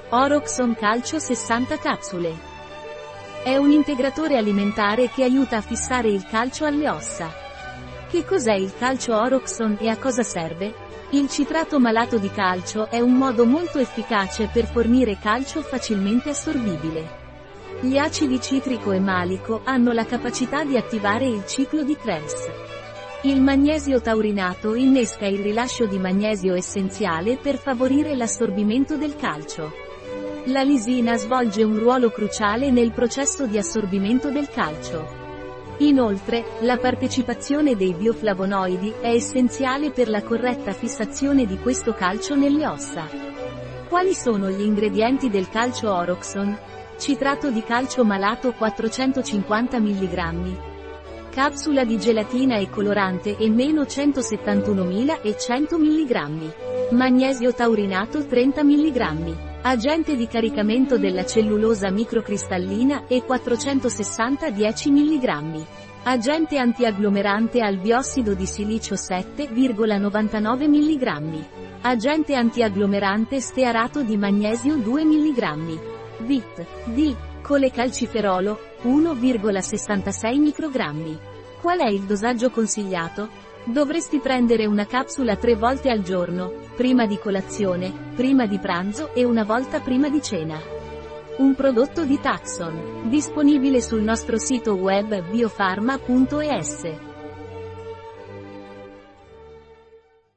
Oroxon Calcio 60 capsule. È un integratore alimentare che aiuta a fissare il calcio alle ossa. Che cos'è il calcio Oroxon e a cosa serve? Il citrato malato di calcio è un modo molto efficace per fornire calcio facilmente assorbibile. Gli acidi citrico e malico hanno la capacità di attivare il ciclo di Krebs. Il magnesio taurinato innesca il rilascio di magnesio essenziale per favorire l'assorbimento del calcio. La lisina svolge un ruolo cruciale nel processo di assorbimento del calcio. Inoltre, la partecipazione dei bioflavonoidi è essenziale per la corretta fissazione di questo calcio nelle ossa. Quali sono gli ingredienti del calcio Oroxon? Citrato di calcio malato 450 mg. Capsula di gelatina e colorante e meno 171.100 mg. Magnesio taurinato 30 mg. Agente di caricamento della cellulosa microcristallina e 460 10 mg. Agente antiagglomerante al biossido di silicio 7,99 mg. Agente antiagglomerante stearato di magnesio 2 mg. Vit. D. Colecalciferolo, 1,66 microgrammi. Qual è il dosaggio consigliato? Dovresti prendere una capsula 3 volte al giorno, prima di colazione, prima di pranzo e una volta prima di cena. Un prodotto di Taxon, disponibile sul nostro sito web biofarma.es.